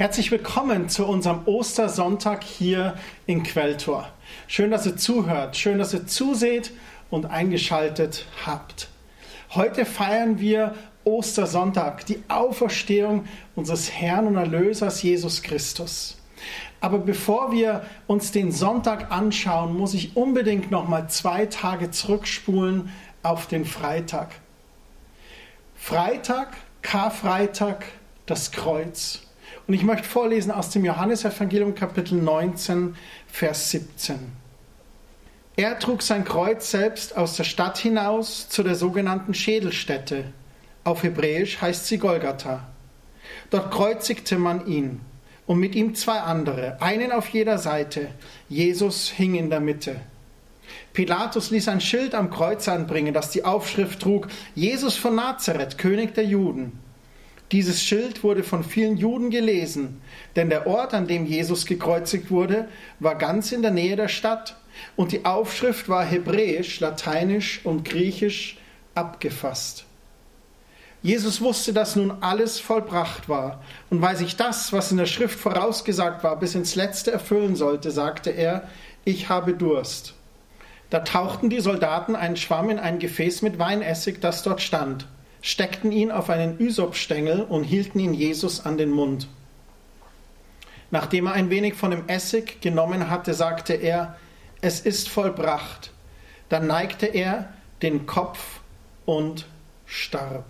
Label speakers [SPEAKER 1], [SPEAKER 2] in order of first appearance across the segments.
[SPEAKER 1] Herzlich willkommen zu unserem Ostersonntag hier in Quelltor. Schön, dass ihr zuhört, schön, dass ihr zuseht und eingeschaltet habt. Heute feiern wir Ostersonntag, die Auferstehung unseres Herrn und Erlösers Jesus Christus. Aber bevor wir uns den Sonntag anschauen, muss ich unbedingt noch mal 2 Tage zurückspulen auf den Freitag. Freitag, Karfreitag, das Kreuz. Und ich möchte vorlesen aus dem Johannesevangelium Kapitel 19, Vers 17. Er trug sein Kreuz selbst aus der Stadt hinaus zu der sogenannten Schädelstätte. Auf Hebräisch heißt sie Golgatha. Dort kreuzigte man ihn und mit ihm 2 andere, einen auf jeder Seite. Jesus hing in der Mitte. Pilatus ließ ein Schild am Kreuz anbringen, das die Aufschrift trug: Jesus von Nazareth, König der Juden. Dieses Schild wurde von vielen Juden gelesen, denn der Ort, an dem Jesus gekreuzigt wurde, war ganz in der Nähe der Stadt und die Aufschrift war hebräisch, lateinisch und griechisch abgefasst. Jesus wusste, dass nun alles vollbracht war, und weil sich das, was in der Schrift vorausgesagt war, bis ins Letzte erfüllen sollte, sagte er: Ich habe Durst. Da tauchten die Soldaten einen Schwamm in ein Gefäß mit Weinessig, das dort stand, steckten ihn auf einen Ysopstängel und hielten ihn Jesus an den Mund. Nachdem er ein wenig von dem Essig genommen hatte, sagte er: Es ist vollbracht. Dann neigte er den Kopf und starb.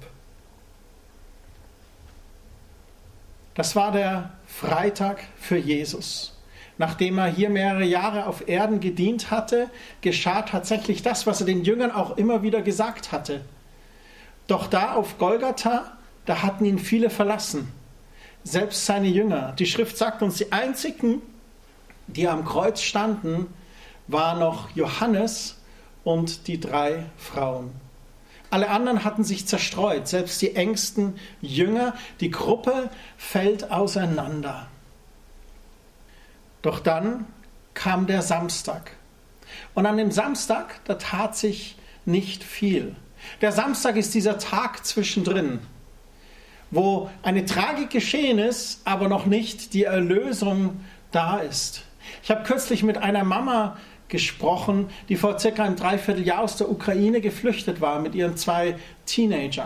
[SPEAKER 1] Das war der Freitag für Jesus. Nachdem er hier mehrere Jahre auf Erden gedient hatte, geschah tatsächlich das, was er den Jüngern auch immer wieder gesagt hatte. Doch da auf Golgatha, da hatten ihn viele verlassen. Selbst seine Jünger. Die Schrift sagt uns, die einzigen, die am Kreuz standen, waren noch Johannes und die 3 Frauen. Alle anderen hatten sich zerstreut, selbst die engsten Jünger. Die Gruppe fällt auseinander. Doch dann kam der Samstag. Und an dem Samstag, da tat sich nicht viel. Der Samstag ist dieser Tag zwischendrin, wo eine Tragik geschehen ist, aber noch nicht die Erlösung da ist. Ich habe kürzlich mit einer Mama gesprochen, die vor circa einem Dreivierteljahr aus der Ukraine geflüchtet war mit ihren 2 Teenagern.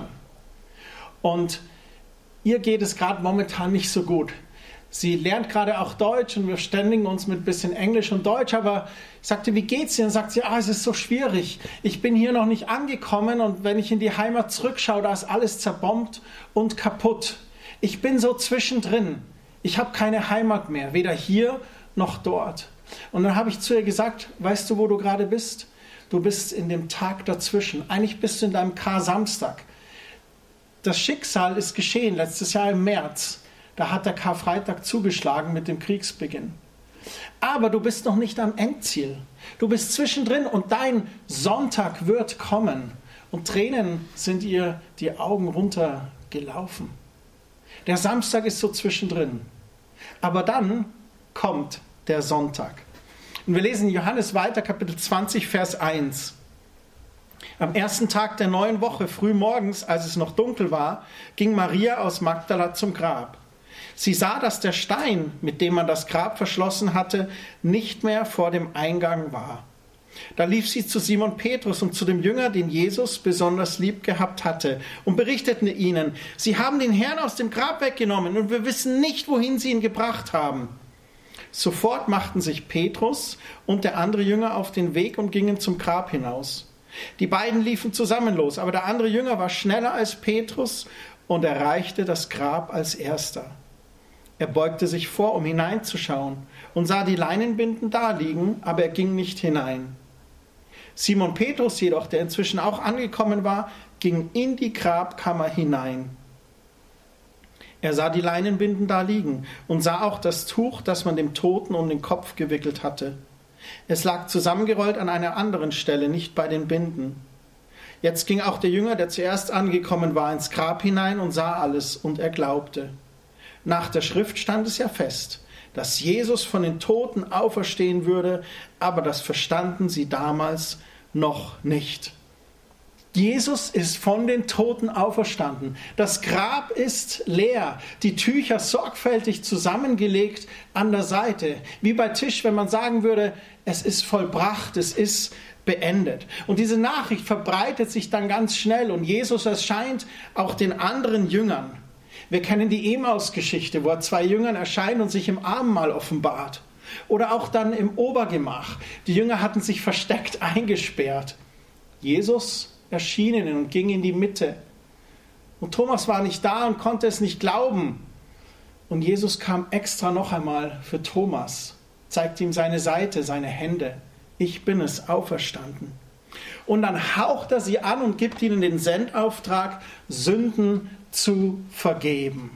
[SPEAKER 1] Und ihr geht es gerade momentan nicht so gut. Sie lernt gerade auch Deutsch und wir ständigen uns mit ein bisschen Englisch und Deutsch, aber ich sagte, wie geht's dir? Und sagt sie, es ist so schwierig. Ich bin hier noch nicht angekommen und wenn ich in die Heimat zurückschaue, da ist alles zerbombt und kaputt. Ich bin so zwischendrin. Ich habe keine Heimat mehr, weder hier noch dort. Und dann habe ich zu ihr gesagt, weißt du, wo du gerade bist? Du bist in dem Tag dazwischen. Eigentlich bist du in deinem Kar-Samstag. Das Schicksal ist geschehen letztes Jahr im März. Da hat der Karfreitag zugeschlagen mit dem Kriegsbeginn. Aber du bist noch nicht am Endziel. Du bist zwischendrin und dein Sonntag wird kommen. Und Tränen sind ihr die Augen runtergelaufen. Der Samstag ist so zwischendrin. Aber dann kommt der Sonntag. Und wir lesen Johannes weiter, Kapitel 20, Vers 1. Am ersten Tag der neuen Woche, früh morgens, als es noch dunkel war, ging Maria aus Magdala zum Grab. Sie sah, dass der Stein, mit dem man das Grab verschlossen hatte, nicht mehr vor dem Eingang war. Da lief sie zu Simon Petrus und zu dem Jünger, den Jesus besonders lieb gehabt hatte, und berichteten ihnen: Sie haben den Herrn aus dem Grab weggenommen und wir wissen nicht, wohin sie ihn gebracht haben. Sofort machten sich Petrus und der andere Jünger auf den Weg und gingen zum Grab hinaus. Die beiden liefen zusammen los, aber der andere Jünger war schneller als Petrus und erreichte das Grab als erster. Er beugte sich vor, um hineinzuschauen, und sah die Leinenbinden daliegen, aber er ging nicht hinein. Simon Petrus jedoch, der inzwischen auch angekommen war, ging in die Grabkammer hinein. Er sah die Leinenbinden da liegen und sah auch das Tuch, das man dem Toten um den Kopf gewickelt hatte. Es lag zusammengerollt an einer anderen Stelle, nicht bei den Binden. Jetzt ging auch der Jünger, der zuerst angekommen war, ins Grab hinein und sah alles, und er glaubte. Nach der Schrift stand es ja fest, dass Jesus von den Toten auferstehen würde, aber das verstanden sie damals noch nicht. Jesus ist von den Toten auferstanden. Das Grab ist leer, die Tücher sorgfältig zusammengelegt an der Seite. Wie bei Tisch, wenn man sagen würde, es ist vollbracht, es ist beendet. Und diese Nachricht verbreitet sich dann ganz schnell und Jesus erscheint auch den anderen Jüngern. Wir kennen die Emmaus-Geschichte, wo er 2 Jüngern erscheint und sich im Abendmahl offenbart. Oder auch dann im Obergemach. Die Jünger hatten sich versteckt eingesperrt. Jesus erschien ihnen und ging in die Mitte. Und Thomas war nicht da und konnte es nicht glauben. Und Jesus kam extra noch einmal für Thomas, zeigte ihm seine Seite, seine Hände. Ich bin es, auferstanden. Und dann haucht er sie an und gibt ihnen den Sendauftrag, Sünden zu vergeben.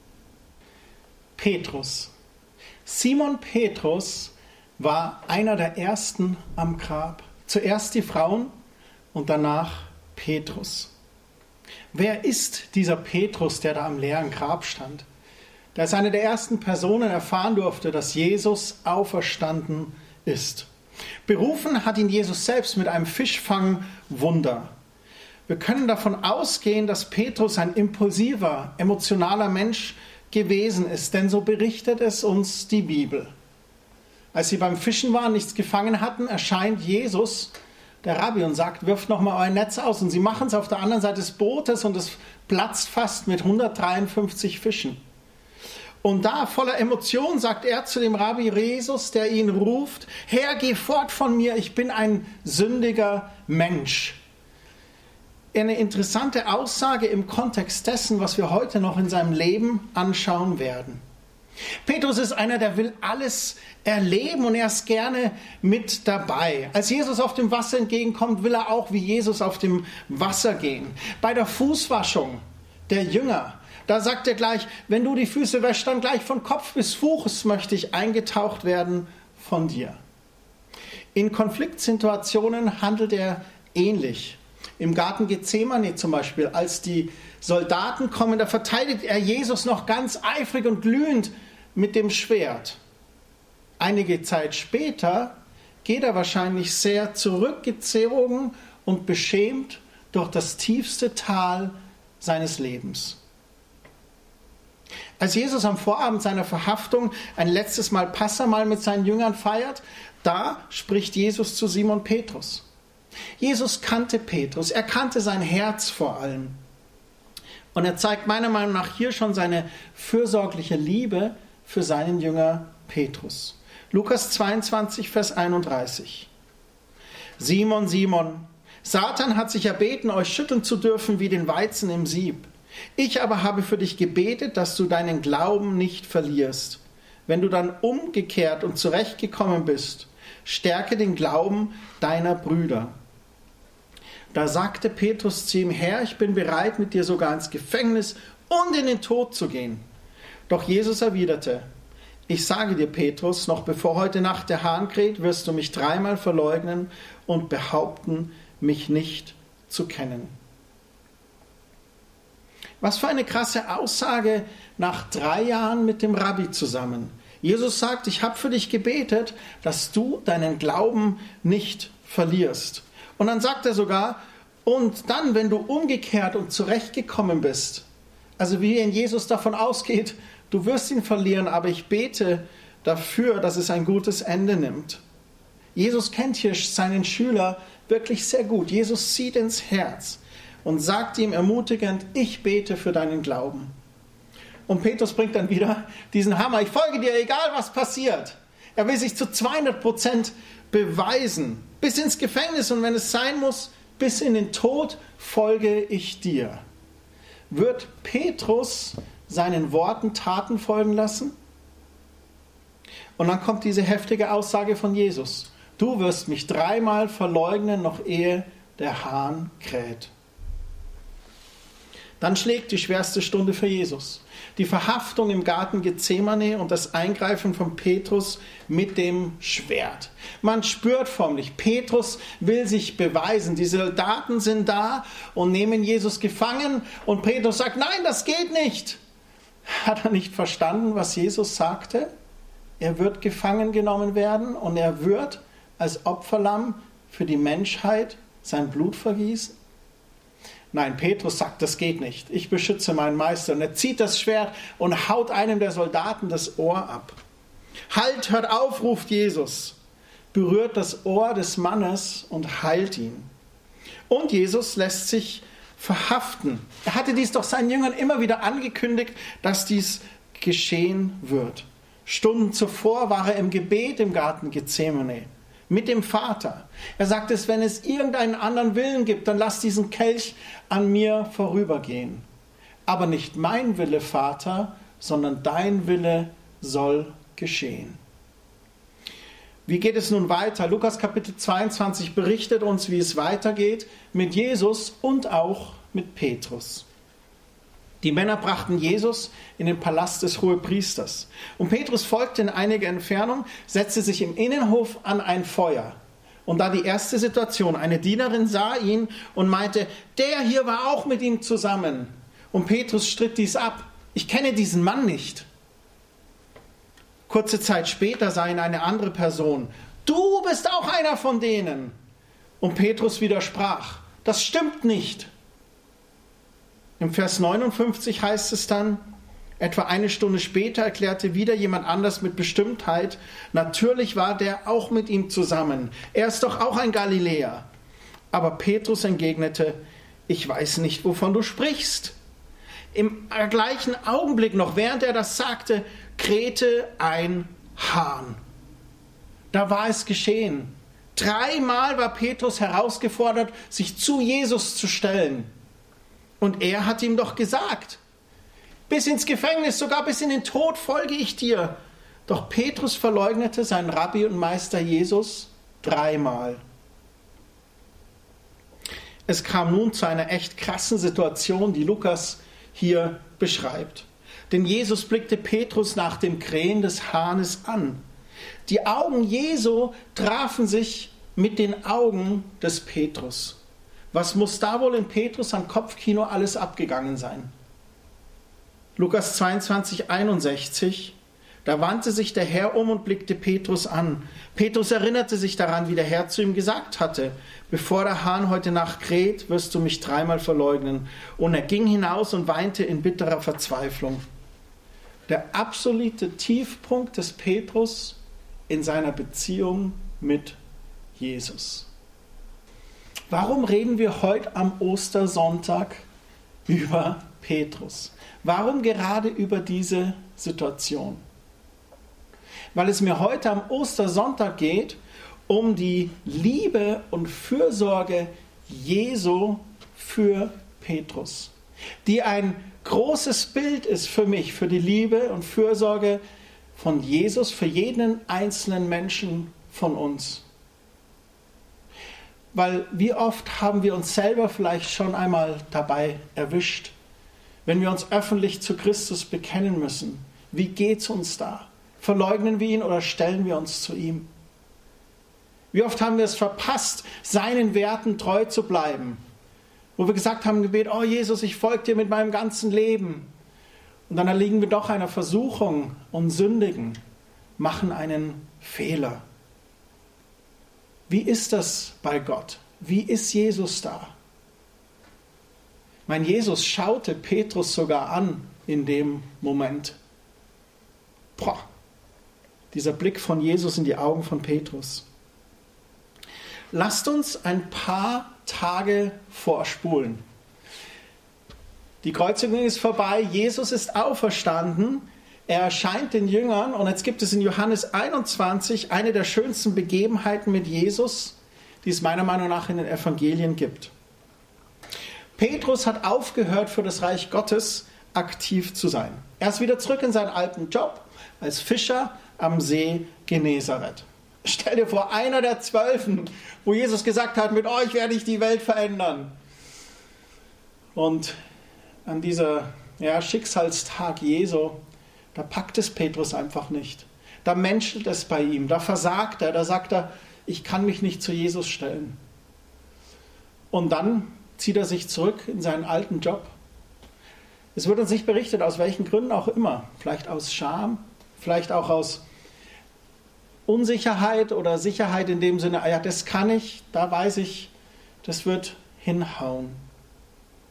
[SPEAKER 1] Petrus. Simon Petrus war einer der ersten am Grab. Zuerst die Frauen und danach Petrus. Wer ist dieser Petrus, der da am leeren Grab stand? Der als eine der ersten Personen erfahren durfte, dass Jesus auferstanden ist. Berufen hat ihn Jesus selbst mit einem Fischfangwunder. Wir können davon ausgehen, dass Petrus ein impulsiver, emotionaler Mensch gewesen ist, denn so berichtet es uns die Bibel. Als sie beim Fischen waren, nichts gefangen hatten, erscheint Jesus, der Rabbi, und sagt, wirft nochmal euer Netz aus. Und sie machen es auf der anderen Seite des Bootes und es platzt fast mit 153 Fischen. Und da, voller Emotion, sagt er zu dem Rabbi Jesus, der ihn ruft, Herr, geh fort von mir, ich bin ein sündiger Mensch. Eine interessante Aussage im Kontext dessen, was wir heute noch in seinem Leben anschauen werden. Petrus ist einer, der will alles erleben und er ist gerne mit dabei. Als Jesus auf dem Wasser entgegenkommt, will er auch wie Jesus auf dem Wasser gehen. Bei der Fußwaschung der Jünger, da sagt er gleich, wenn du die Füße wäschst, dann gleich von Kopf bis Fuß möchte ich eingetaucht werden von dir. In Konfliktsituationen handelt er ähnlich. Im Garten Gethsemane zum Beispiel, als die Soldaten kommen, da verteidigt er Jesus noch ganz eifrig und glühend mit dem Schwert. Einige Zeit später geht er wahrscheinlich sehr zurückgezogen und beschämt durch das tiefste Tal seines Lebens. Als Jesus am Vorabend seiner Verhaftung ein letztes Mal Passahmahl mit seinen Jüngern feiert, da spricht Jesus zu Simon Petrus. Jesus kannte Petrus, er kannte sein Herz vor allem. Und er zeigt meiner Meinung nach hier schon seine fürsorgliche Liebe für seinen Jünger Petrus. Lukas 22, Vers 31. Simon, Simon, Satan hat sich erbeten, euch schütteln zu dürfen wie den Weizen im Sieb. Ich aber habe für dich gebetet, dass du deinen Glauben nicht verlierst. Wenn du dann umgekehrt und zurechtgekommen bist, stärke den Glauben deiner Brüder. Da sagte Petrus zu ihm, Herr, ich bin bereit, mit dir sogar ins Gefängnis und in den Tod zu gehen. Doch Jesus erwiderte, ich sage dir, Petrus, noch bevor heute Nacht der Hahn kräht, wirst du mich 3-mal verleugnen und behaupten, mich nicht zu kennen. Was für eine krasse Aussage nach 3 Jahren mit dem Rabbi zusammen. Jesus sagt, ich habe für dich gebetet, dass du deinen Glauben nicht verlierst. Und dann sagt er sogar, und dann, wenn du umgekehrt und zurechtgekommen bist, also wie in Jesus davon ausgeht, du wirst ihn verlieren, aber ich bete dafür, dass es ein gutes Ende nimmt. Jesus kennt hier seinen Schüler wirklich sehr gut. Jesus sieht ins Herz und sagt ihm ermutigend, ich bete für deinen Glauben. Und Petrus bringt dann wieder diesen Hammer, ich folge dir, egal was passiert. Er will sich zu 200% beweisen, bis ins Gefängnis und wenn es sein muss, bis in den Tod folge ich dir. Wird Petrus seinen Worten Taten folgen lassen? Und dann kommt diese heftige Aussage von Jesus. Du wirst mich 3-mal verleugnen, noch ehe der Hahn kräht. Dann schlägt die schwerste Stunde für Jesus. Die Verhaftung im Garten Gethsemane und das Eingreifen von Petrus mit dem Schwert. Man spürt förmlich, Petrus will sich beweisen. Die Soldaten sind da und nehmen Jesus gefangen und Petrus sagt, nein, das geht nicht. Hat er nicht verstanden, was Jesus sagte? Er wird gefangen genommen werden und er wird als Opferlamm für die Menschheit sein Blut vergießen? Nein, Petrus sagt, das geht nicht. Ich beschütze meinen Meister. Und er zieht das Schwert und haut einem der Soldaten das Ohr ab. Halt, hört auf, ruft Jesus, berührt das Ohr des Mannes und heilt ihn. Und Jesus lässt sich verhaften. Er hatte dies doch seinen Jüngern immer wieder angekündigt, dass dies geschehen wird. Stunden zuvor war er im Gebet im Garten Gethsemane mit dem Vater. Er sagt es, wenn es irgendeinen anderen Willen gibt, dann lass diesen Kelch an mir vorübergehen. Aber nicht mein Wille, Vater, sondern dein Wille soll geschehen. Wie geht es nun weiter? Lukas Kapitel 22 berichtet uns, wie es weitergeht mit Jesus und auch mit Petrus. Die Männer brachten Jesus in den Palast des Hohepriesters. Und Petrus folgte in einiger Entfernung, setzte sich im Innenhof an ein Feuer. Und da die erste Situation, eine Dienerin sah ihn und meinte, der hier war auch mit ihm zusammen. Und Petrus stritt dies ab. Ich kenne diesen Mann nicht. Kurze Zeit später sah ihn eine andere Person. Du bist auch einer von denen. Und Petrus widersprach. Das stimmt nicht. Im Vers 59 heißt es dann, etwa eine Stunde später erklärte wieder jemand anders mit Bestimmtheit, natürlich war der auch mit ihm zusammen. Er ist doch auch ein Galiläer. Aber Petrus entgegnete, ich weiß nicht, wovon du sprichst. Im gleichen Augenblick noch, während er das sagte, krähte ein Hahn. Da war es geschehen. 3-mal war Petrus herausgefordert, sich zu Jesus zu stellen. Und er hat ihm doch gesagt, bis ins Gefängnis, sogar bis in den Tod folge ich dir. Doch Petrus verleugnete seinen Rabbi und Meister Jesus 3-mal. Es kam nun zu einer echt krassen Situation, die Lukas hier beschreibt. Denn Jesus blickte Petrus nach dem Krähen des Hahnes an. Die Augen Jesu trafen sich mit den Augen des Petrus. Was muss da wohl in Petrus am Kopfkino alles abgegangen sein? Lukas 22, 61. Da wandte sich der Herr um und blickte Petrus an. Petrus erinnerte sich daran, wie der Herr zu ihm gesagt hatte, bevor der Hahn heute Nacht kräht, wirst du mich 3-mal verleugnen. Und er ging hinaus und weinte in bitterer Verzweiflung. Der absolute Tiefpunkt des Petrus in seiner Beziehung mit Jesus. Warum reden wir heute am Ostersonntag über Petrus? Warum gerade über diese Situation? Weil es mir heute am Ostersonntag geht um die Liebe und Fürsorge Jesu für Petrus, die ein großes Bild ist für mich, für die Liebe und Fürsorge von Jesus, für jeden einzelnen Menschen von uns. Weil wie oft haben wir uns selber vielleicht schon einmal dabei erwischt, wenn wir uns öffentlich zu Christus bekennen müssen. Wie geht es uns da? Verleugnen wir ihn oder stellen wir uns zu ihm? Wie oft haben wir es verpasst, seinen Werten treu zu bleiben? Wo wir gesagt haben im Gebet, oh Jesus, ich folge dir mit meinem ganzen Leben. Und dann erliegen wir doch einer Versuchung und sündigen, machen einen Fehler. Wie ist das bei Gott? Wie ist Jesus da? Mein Jesus schaute Petrus sogar an in dem Moment. Boah, dieser Blick von Jesus in die Augen von Petrus. Lasst uns ein paar Tage vorspulen. Die Kreuzigung ist vorbei, Jesus ist auferstanden, er erscheint den Jüngern und jetzt gibt es in Johannes 21 eine der schönsten Begebenheiten mit Jesus, die es meiner Meinung nach in den Evangelien gibt. Petrus hat aufgehört, für das Reich Gottes aktiv zu sein. Er ist wieder zurück in seinen alten Job als Fischer am See Genezareth. Stell dir vor, einer der 12, wo Jesus gesagt hat, mit euch werde ich die Welt verändern. Und an dieser Schicksalstag Jesu, da packt es Petrus einfach nicht. Da menschelt es bei ihm, da versagt er, da sagt er, ich kann mich nicht zu Jesus stellen. Und dann zieht er sich zurück in seinen alten Job. Es wird uns nicht berichtet, aus welchen Gründen auch immer. Vielleicht aus Scham, vielleicht auch aus Unsicherheit oder Sicherheit in dem Sinne, ja, das kann ich, da weiß ich, das wird hinhauen.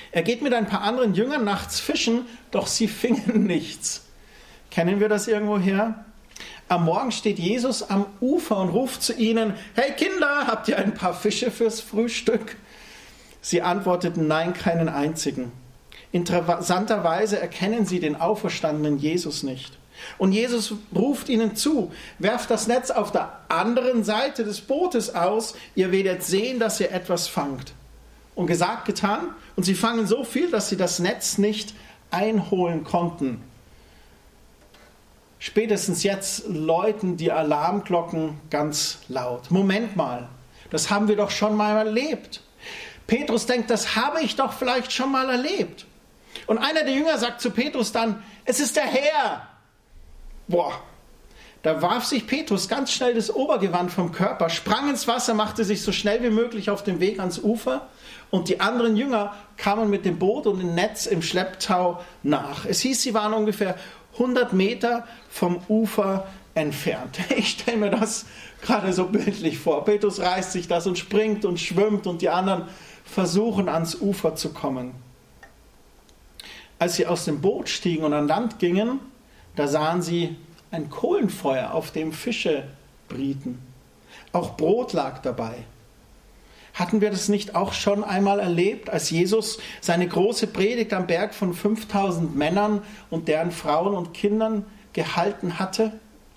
[SPEAKER 1] Er geht mit ein paar anderen Jüngern nachts fischen, doch sie fingen nichts. Kennen wir das irgendwoher? Am Morgen steht Jesus am Ufer und ruft zu ihnen: Hey Kinder, habt ihr ein paar Fische fürs Frühstück? Sie antworteten: Nein, keinen einzigen. Interessanterweise erkennen sie den auferstandenen Jesus nicht. Und Jesus ruft ihnen zu: Werft das Netz auf der anderen Seite des Bootes aus, ihr werdet sehen, dass ihr etwas fangt. Und gesagt, getan, und sie fangen so viel, dass sie das Netz nicht einholen konnten. Spätestens jetzt läuten die Alarmglocken ganz laut. Moment mal, das haben wir doch schon mal erlebt. Petrus denkt, das habe ich doch vielleicht schon mal erlebt. Und einer der Jünger sagt zu Petrus dann: Es ist der Herr. Boah, da warf sich Petrus ganz schnell das Obergewand vom Körper, sprang ins Wasser, machte sich so schnell wie möglich auf den Weg ans Ufer und die anderen Jünger kamen mit dem Boot und dem Netz im Schlepptau nach. Es hieß, sie waren ungefähr 100 Meter vom Ufer entfernt. Ich stelle mir das gerade so bildlich vor. Petrus reißt sich das und springt und schwimmt und die anderen versuchen ans Ufer zu kommen. Als sie aus dem Boot stiegen und an Land gingen, da sahen sie ein Kohlenfeuer, auf dem Fische brieten. Auch Brot lag dabei. Hatten wir das nicht auch schon einmal erlebt, als Jesus seine große Predigt am Berg von 5000 Männern und deren Frauen und Kindern gehalten hatte?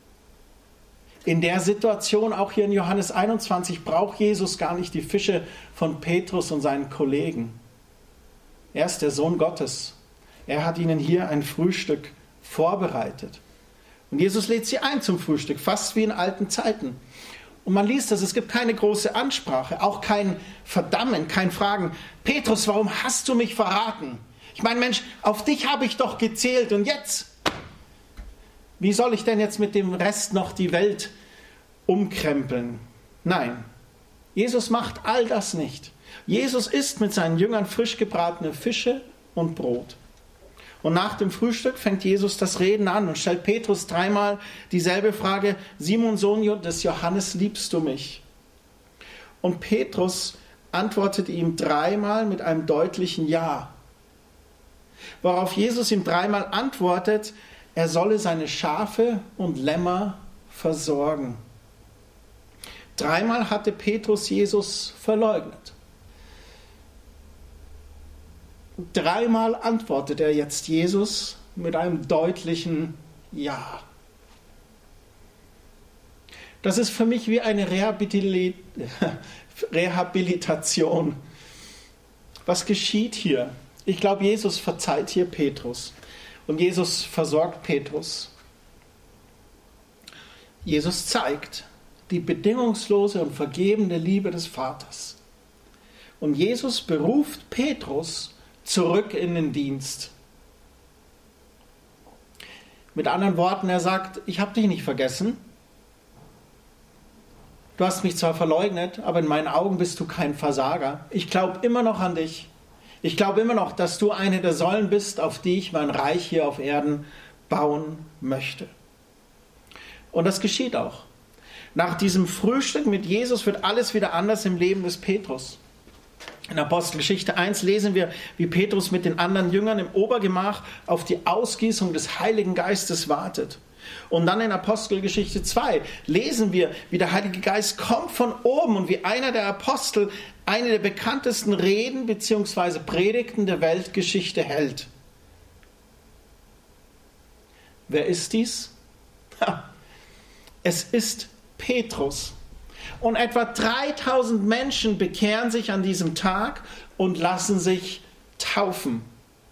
[SPEAKER 1] In der Situation, auch hier in Johannes 21, braucht Jesus gar nicht die Fische von Petrus und seinen Kollegen. Er ist der Sohn Gottes. Er hat ihnen hier ein Frühstück vorbereitet. Und Jesus lädt sie ein zum Frühstück, fast wie in alten Zeiten. Und man liest das, es gibt keine große Ansprache, auch kein Verdammen, kein Fragen. Petrus, warum hast du mich verraten? Ich meine, Mensch, auf dich habe ich doch gezählt und jetzt? Wie soll ich denn jetzt mit dem Rest noch die Welt umkrempeln? Nein, Jesus macht all das nicht. Jesus isst mit seinen Jüngern frisch gebratene Fische und Brot. Und nach dem Frühstück fängt Jesus das Reden an und stellt Petrus dreimal dieselbe Frage: Simon, Sohn des Johannes, liebst du mich? Und Petrus antwortet ihm dreimal mit einem deutlichen Ja. Worauf Jesus ihm dreimal antwortet, er solle seine Schafe und Lämmer versorgen. Dreimal hatte Petrus Jesus verleugnet. Dreimal antwortet er jetzt Jesus mit einem deutlichen Ja. Das ist für mich wie eine Rehabilitation. Was geschieht hier? Ich glaube, Jesus verzeiht hier Petrus und Jesus versorgt Petrus. Jesus zeigt die bedingungslose und vergebende Liebe des Vaters. Und Jesus beruft Petrus zurück in den Dienst. Mit anderen Worten, er sagt: Ich habe dich nicht vergessen. Du hast mich zwar verleugnet, aber in meinen Augen bist du kein Versager. Ich glaube immer noch an dich. Ich glaube immer noch, dass du eine der Säulen bist, auf die ich mein Reich hier auf Erden bauen möchte. Und das geschieht auch. Nach diesem Frühstück mit Jesus wird alles wieder anders im Leben des Petrus. In Apostelgeschichte 1 lesen wir, wie Petrus mit den anderen Jüngern im Obergemach auf die Ausgießung des Heiligen Geistes wartet. Und dann in Apostelgeschichte 2 lesen wir, wie der Heilige Geist kommt von oben und wie einer der Apostel eine der bekanntesten Reden bzw. Predigten der Weltgeschichte hält. Wer ist dies? Es ist Petrus. Und etwa 3000 Menschen bekehren sich an diesem Tag und lassen sich taufen.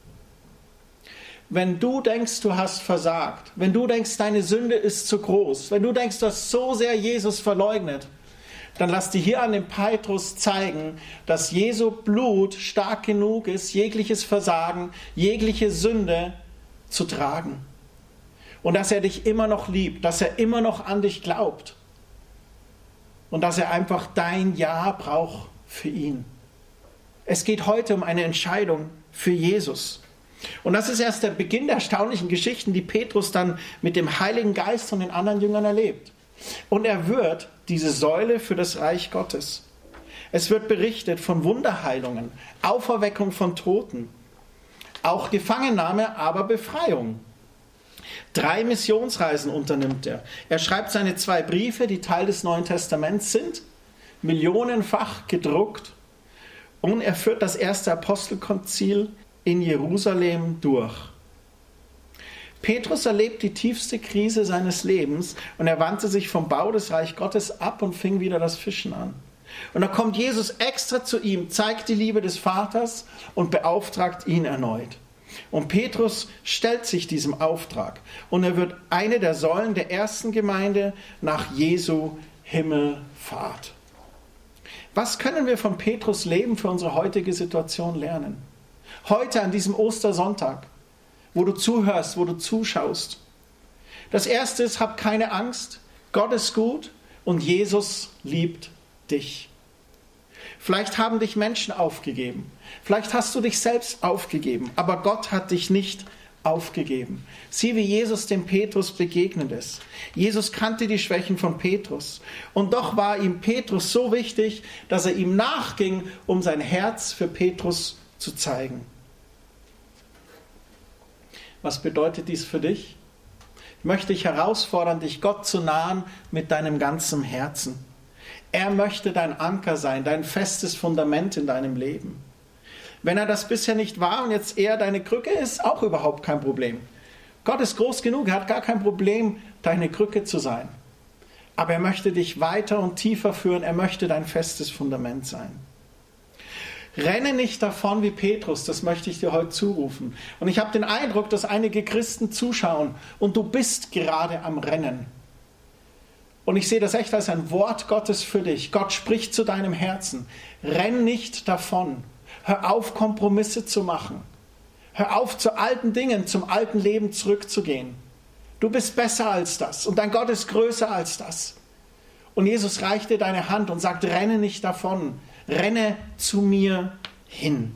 [SPEAKER 1] Wenn du denkst, du hast versagt, wenn du denkst, deine Sünde ist zu groß, wenn du denkst, du hast so sehr Jesus verleugnet, dann lass dir hier an dem Petrus zeigen, dass Jesu Blut stark genug ist, jegliches Versagen, jegliche Sünde zu tragen. Und dass er dich immer noch liebt, dass er immer noch an dich glaubt. Und dass er einfach dein Ja braucht für ihn. Es geht heute um eine Entscheidung für Jesus. Und das ist erst der Beginn der erstaunlichen Geschichten, die Petrus dann mit dem Heiligen Geist und den anderen Jüngern erlebt. Und er wird diese Säule für das Reich Gottes. Es wird berichtet von Wunderheilungen, Auferweckung von Toten, auch Gefangennahme, aber Befreiung. 3 Missionsreisen unternimmt er. Er schreibt seine 2 Briefe, die Teil des Neuen Testaments sind, millionenfach gedruckt, und er führt das erste Apostelkonzil in Jerusalem durch. Petrus erlebt die tiefste Krise seines Lebens und er wandte sich vom Bau des Reich Gottes ab und fing wieder das Fischen an. Und da kommt Jesus extra zu ihm, zeigt die Liebe des Vaters und beauftragt ihn erneut. Und Petrus stellt sich diesem Auftrag und er wird eine der Säulen der ersten Gemeinde nach Jesu Himmelfahrt. Was können wir von Petrus Leben für unsere heutige Situation lernen? Heute an diesem Ostersonntag, wo du zuhörst, wo du zuschaust. Das erste ist, hab keine Angst, Gott ist gut und Jesus liebt dich. Vielleicht haben dich Menschen aufgegeben, vielleicht hast du dich selbst aufgegeben, aber Gott hat dich nicht aufgegeben. Sieh, wie Jesus dem Petrus begegnet ist. Jesus kannte die Schwächen von Petrus und doch war ihm Petrus so wichtig, dass er ihm nachging, um sein Herz für Petrus zu zeigen. Was bedeutet dies für dich? Ich möchte dich herausfordern, dich Gott zu nahen mit deinem ganzen Herzen. Er möchte dein Anker sein, dein festes Fundament in deinem Leben. Wenn er das bisher nicht war und jetzt eher deine Krücke ist, auch überhaupt kein Problem. Gott ist groß genug, er hat gar kein Problem, deine Krücke zu sein. Aber er möchte dich weiter und tiefer führen, er möchte dein festes Fundament sein. Renne nicht davon wie Petrus, das möchte ich dir heute zurufen. Und ich habe den Eindruck, dass einige Christen zuschauen und du bist gerade am Rennen. Und ich sehe das echt als ein Wort Gottes für dich. Gott spricht zu deinem Herzen. Renn nicht davon. Hör auf, Kompromisse zu machen. Hör auf, zu alten Dingen, zum alten Leben zurückzugehen. Du bist besser als das und dein Gott ist größer als das. Und Jesus reicht dir deine Hand und sagt, renne nicht davon. Renne zu mir hin.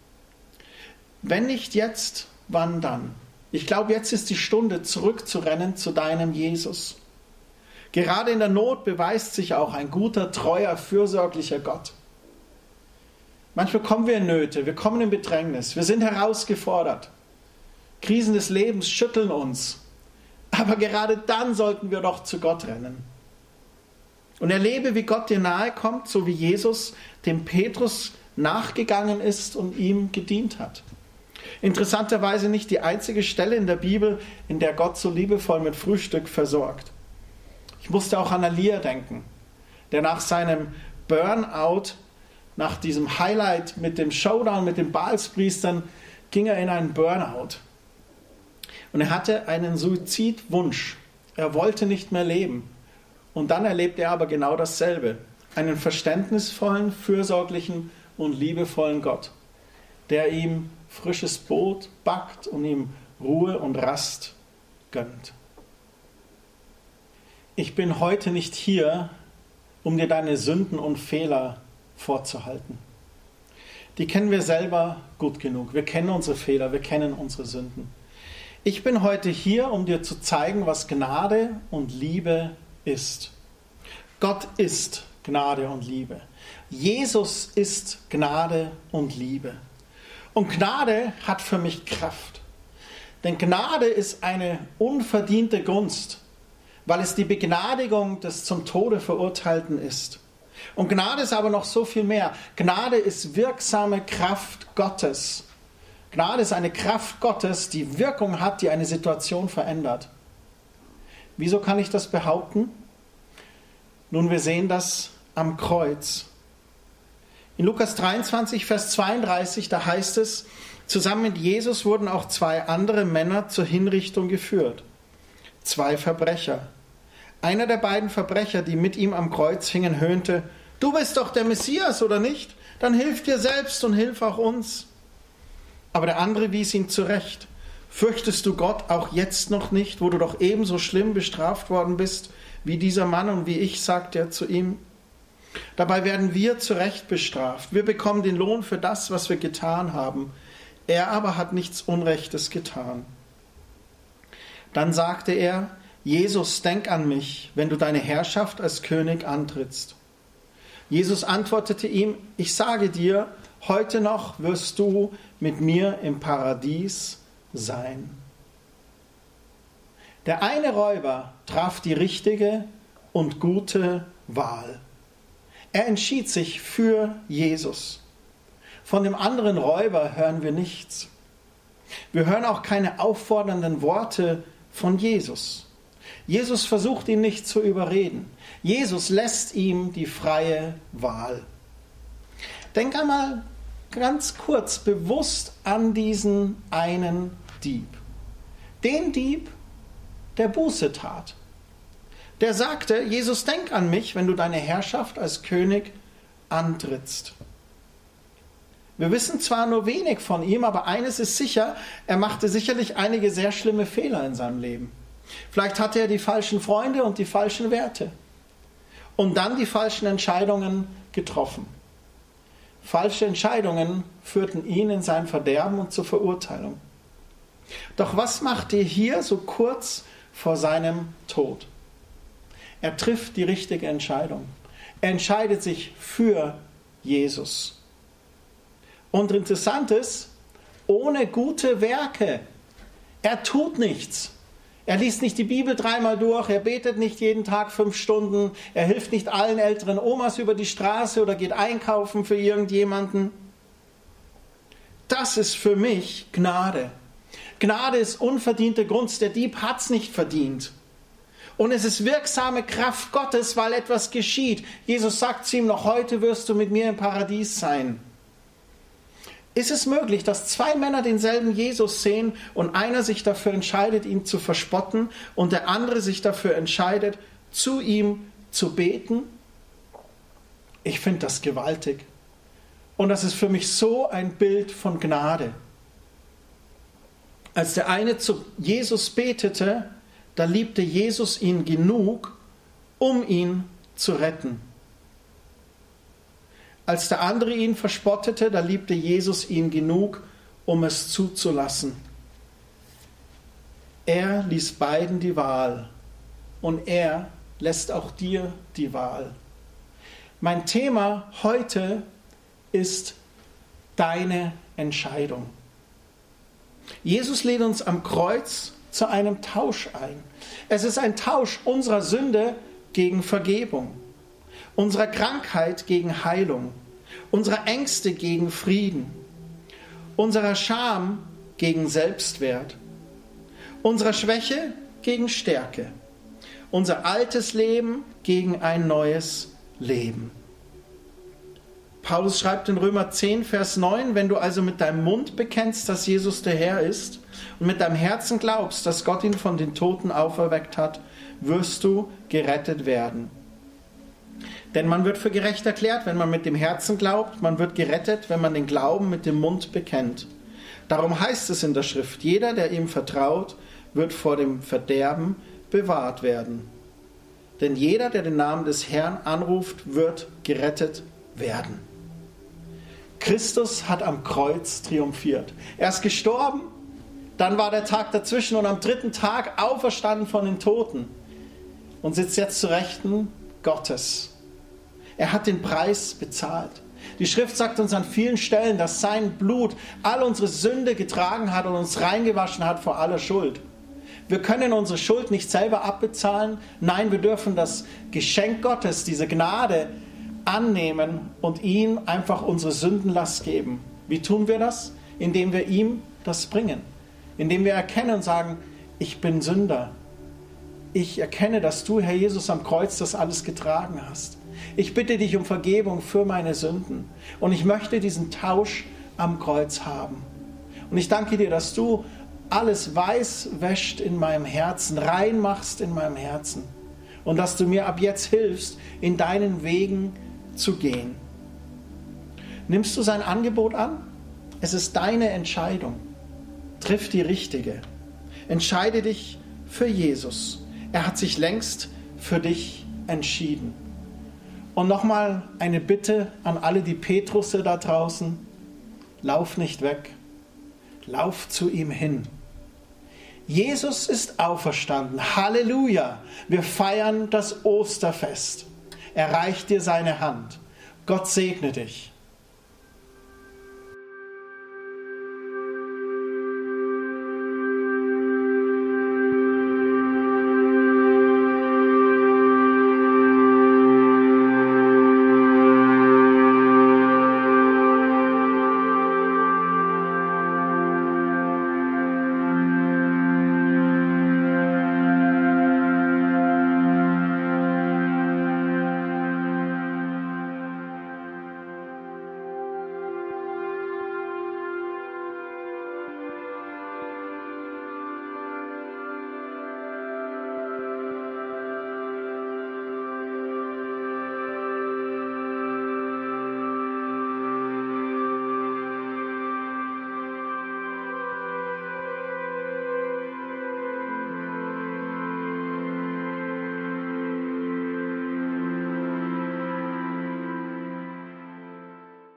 [SPEAKER 1] Wenn nicht jetzt, wann dann? Ich glaube, jetzt ist die Stunde, zurückzurennen zu deinem Jesus. Gerade in der Not beweist sich auch ein guter, treuer, fürsorglicher Gott. Manchmal kommen wir in Nöte, wir kommen in Bedrängnis, wir sind herausgefordert. Krisen des Lebens schütteln uns. Aber gerade dann sollten wir doch zu Gott rennen. Und erlebe, wie Gott dir nahe kommt, so wie Jesus dem Petrus nachgegangen ist und ihm gedient hat. Interessanterweise nicht die einzige Stelle in der Bibel, in der Gott so liebevoll mit Frühstück versorgt. Ich musste auch an Elia denken, der nach seinem Burnout, nach diesem Highlight mit dem Showdown mit den Baalspriestern, ging er in einen Burnout. Und er hatte einen Suizidwunsch. Er wollte nicht mehr leben. Und dann erlebt er aber genau dasselbe. Einen verständnisvollen, fürsorglichen und liebevollen Gott, der ihm frisches Brot backt und ihm Ruhe und Rast gönnt. Ich bin heute nicht hier, um dir deine Sünden und Fehler vorzuhalten. Die kennen wir selber gut genug. Wir kennen unsere Fehler, wir kennen unsere Sünden. Ich bin heute hier, um dir zu zeigen, was Gnade und Liebe ist. Gott ist Gnade und Liebe. Jesus ist Gnade und Liebe. Und Gnade hat für mich Kraft. Denn Gnade ist eine unverdiente Gunst, weil es die Begnadigung des zum Tode Verurteilten ist. Und Gnade ist aber noch so viel mehr. Gnade ist wirksame Kraft Gottes. Gnade ist eine Kraft Gottes, die Wirkung hat, die eine Situation verändert. Wieso kann ich das behaupten? Nun, wir sehen das am Kreuz. In Lukas 23, Vers 32, da heißt es, zusammen mit Jesus wurden auch 2 andere Männer zur Hinrichtung geführt. 2 Verbrecher. Einer der beiden Verbrecher, die mit ihm am Kreuz hingen, höhnte, du bist doch der Messias, oder nicht? Dann hilf dir selbst und hilf auch uns. Aber der andere wies ihn zurecht. Fürchtest du Gott auch jetzt noch nicht, wo du doch ebenso schlimm bestraft worden bist wie dieser Mann und wie ich, sagte er zu ihm. Dabei werden wir zu Recht bestraft. Wir bekommen den Lohn für das, was wir getan haben. Er aber hat nichts Unrechtes getan. Dann sagte er, Jesus, denk an mich, wenn du deine Herrschaft als König antrittst. Jesus antwortete ihm, ich sage dir, heute noch wirst du mit mir im Paradies sein. Der eine Räuber traf die richtige und gute Wahl. Er entschied sich für Jesus. Von dem anderen Räuber hören wir nichts. Wir hören auch keine auffordernden Worte von Jesus. Jesus versucht ihn nicht zu überreden. Jesus lässt ihm die freie Wahl. Denk einmal ganz kurz bewusst an diesen einen Dieb. Den Dieb, der Buße tat. Der sagte, Jesus, denk an mich, wenn du deine Herrschaft als König antrittst. Wir wissen zwar nur wenig von ihm, aber eines ist sicher, er machte sicherlich einige sehr schlimme Fehler in seinem Leben. Vielleicht hatte er die falschen Freunde und die falschen Werte und dann die falschen Entscheidungen getroffen. Falsche Entscheidungen führten ihn in sein Verderben und zur Verurteilung. Doch was macht er hier so kurz vor seinem Tod? Er trifft die richtige Entscheidung. Er entscheidet sich für Jesus. Und interessant ist, ohne gute Werke. Er tut nichts. Er liest nicht die Bibel 3-mal durch, er betet nicht jeden Tag 5 Stunden, er hilft nicht allen älteren Omas über die Straße oder geht einkaufen für irgendjemanden. Das ist für mich Gnade. Gnade ist unverdiente Gunst. Der Dieb hat es nicht verdient. Und es ist wirksame Kraft Gottes, weil etwas geschieht. Jesus sagt zu ihm, noch heute wirst du mit mir im Paradies sein. Ist es möglich, dass 2 Männer denselben Jesus sehen und einer sich dafür entscheidet, ihn zu verspotten und der andere sich dafür entscheidet, zu ihm zu beten? Ich finde das gewaltig. Und das ist für mich so ein Bild von Gnade. Als der eine zu Jesus betete, da liebte Jesus ihn genug, um ihn zu retten. Als der andere ihn verspottete, da liebte Jesus ihn genug, um es zuzulassen. Er ließ beiden die Wahl und er lässt auch dir die Wahl. Mein Thema heute ist deine Entscheidung. Jesus lädt uns am Kreuz zu einem Tausch ein. Es ist ein Tausch unserer Sünde gegen Vergebung, unserer Krankheit gegen Heilung, unserer Ängste gegen Frieden, unserer Scham gegen Selbstwert, unserer Schwäche gegen Stärke, unser altes Leben gegen ein neues Leben. Paulus schreibt in Römer 10, Vers 9, wenn du also mit deinem Mund bekennst, dass Jesus der Herr ist und mit deinem Herzen glaubst, dass Gott ihn von den Toten auferweckt hat, wirst du gerettet werden. Denn man wird für gerecht erklärt, wenn man mit dem Herzen glaubt, man wird gerettet, wenn man den Glauben mit dem Mund bekennt. Darum heißt es in der Schrift, jeder, der ihm vertraut, wird vor dem Verderben bewahrt werden. Denn jeder, der den Namen des Herrn anruft, wird gerettet werden. Christus hat am Kreuz triumphiert. Er ist gestorben, dann war der Tag dazwischen und am 3. Tag auferstanden von den Toten und sitzt jetzt zu Rechten Gottes. Er hat den Preis bezahlt. Die Schrift sagt uns an vielen Stellen, dass sein Blut all unsere Sünde getragen hat und uns reingewaschen hat vor aller Schuld. Wir können unsere Schuld nicht selber abbezahlen. Nein, wir dürfen das Geschenk Gottes, diese Gnade, annehmen und ihm einfach unsere Sündenlast geben. Wie tun wir das? Indem wir ihm das bringen. Indem wir erkennen und sagen, ich bin Sünder. Ich erkenne, dass du, Herr Jesus, am Kreuz das alles getragen hast. Ich bitte dich um Vergebung für meine Sünden. Und ich möchte diesen Tausch am Kreuz haben. Und ich danke dir, dass du alles weiß wäscht in meinem Herzen, rein machst in meinem Herzen. Und dass du mir ab jetzt hilfst, in deinen Wegen zu gehen. Nimmst du sein Angebot an? Es ist deine Entscheidung. Triff die richtige. Entscheide dich für Jesus. Er hat sich längst für dich entschieden. Und nochmal eine Bitte an alle die Petrusse da draußen. Lauf nicht weg. Lauf zu ihm hin. Jesus ist auferstanden. Halleluja. Wir feiern das Osterfest. Er reicht dir seine Hand. Gott segne dich.